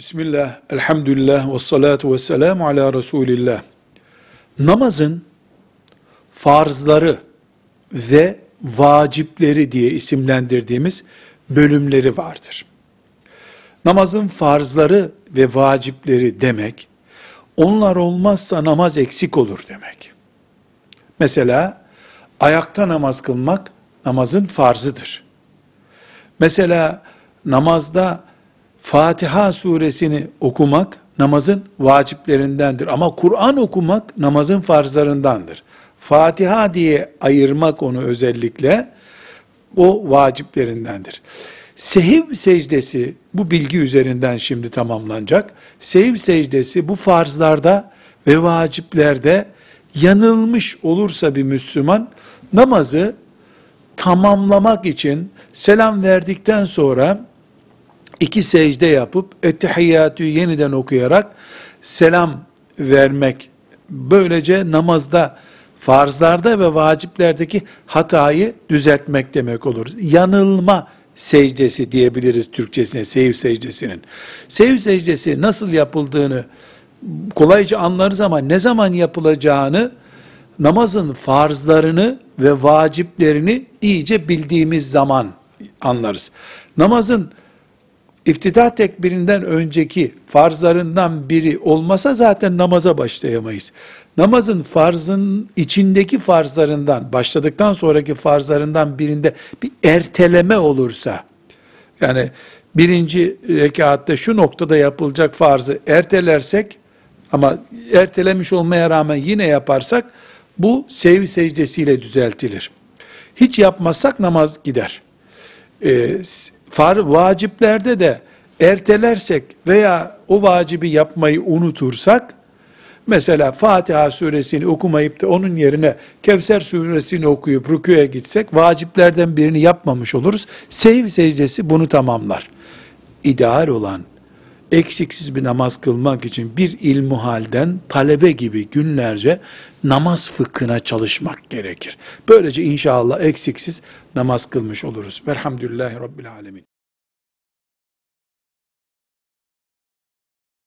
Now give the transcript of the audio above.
Bismillah, elhamdülillah, ve salatu ve selamu ala Resulillah. Namazın farzları ve vacipleri diye isimlendirdiğimiz bölümleri vardır. Namazın farzları ve vacipleri demek, onlar olmazsa namaz eksik olur demek. Mesela ayakta namaz kılmak namazın farzıdır. Mesela namazda Fatiha suresini okumak namazın vaciplerindendir. Ama Kur'an okumak namazın farzlarındandır. Fatiha diye ayırmak onu özellikle o vaciplerindendir. Sehiv secdesi bu bilgi üzerinden şimdi tamamlanacak. Sehiv secdesi bu farzlarda ve vaciplerde yanılmış olursa bir Müslüman namazı tamamlamak için selam verdikten sonra 2 secde yapıp Ettehiyyatü yeniden okuyarak selam vermek, böylece namazda, farzlarda ve vaciplerdeki hatayı düzeltmek demek olur. Yanılma secdesi diyebiliriz Türkçesine, sehiv secdesinin. Sehiv secdesi nasıl yapıldığını kolayca anlarız ama ne zaman yapılacağını, namazın farzlarını ve vaciplerini iyice bildiğimiz zaman anlarız. Namazın İftitah tekbirinden önceki farzlarından biri olmasa zaten namaza başlayamayız. Namazın farzın içindeki farzlarından, başladıktan sonraki farzlarından birinde bir erteleme olursa, yani birinci rekatta şu noktada yapılacak farzı ertelersek, ama ertelemiş olmaya rağmen yine yaparsak, bu sehiv secdesiyle düzeltilir. Hiç yapmazsak namaz gider. Vaciplerde de ertelersek veya o vacibi yapmayı unutursak, mesela Fatiha suresini okumayıp da onun yerine Kevser suresini okuyup rükûya gitsek, vaciplerden birini yapmamış oluruz. Sehiv secdesi bunu tamamlar. İdeal olan, eksiksiz bir namaz kılmak için bir ilmuhalden talebe gibi günlerce namaz fıkhına çalışmak gerekir. Böylece inşallah eksiksiz namaz kılmış oluruz. Velhamdülillahi Rabbil Alemin.